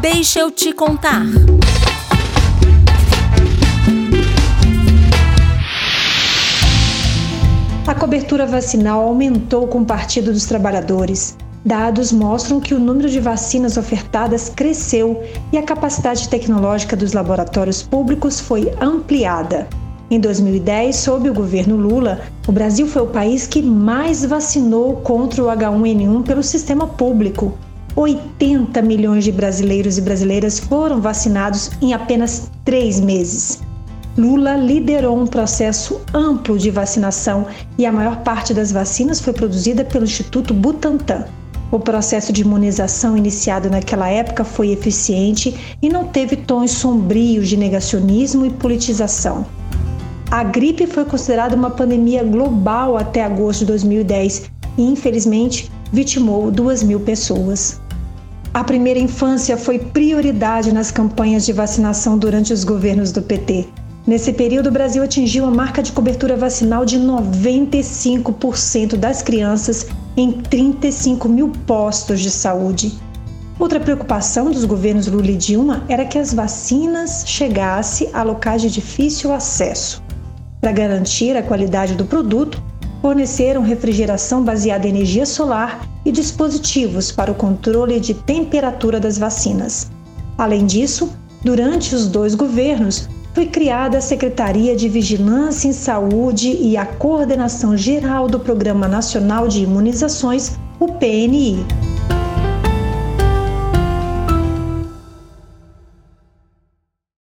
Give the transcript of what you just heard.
Deixa eu te contar. A cobertura vacinal aumentou com o Partido dos Trabalhadores. Dados mostram que o número de vacinas ofertadas cresceu e a capacidade tecnológica dos laboratórios públicos foi ampliada. Em 2010, sob o governo Lula, o Brasil foi o país que mais vacinou contra o H1N1 pelo sistema público. 80 milhões de brasileiros e brasileiras foram vacinados em apenas 3 meses. Lula liderou um processo amplo de vacinação e a maior parte das vacinas foi produzida pelo Instituto Butantan. O processo de imunização iniciado naquela época foi eficiente e não teve tons sombrios de negacionismo e politização. A gripe foi considerada uma pandemia global até agosto de 2010 e, infelizmente, vitimou 2.000 pessoas. A primeira infância foi prioridade nas campanhas de vacinação durante os governos do PT. Nesse período, o Brasil atingiu a marca de cobertura vacinal de 95% das crianças em 35 mil postos de saúde. Outra preocupação dos governos Lula e Dilma era que as vacinas chegassem a locais de difícil acesso. Para garantir a qualidade do produto, forneceram refrigeração baseada em energia solar e dispositivos para o controle de temperatura das vacinas. Além disso, durante os 2 governos, foi criada a Secretaria de Vigilância em Saúde e a Coordenação Geral do Programa Nacional de Imunizações, o PNI.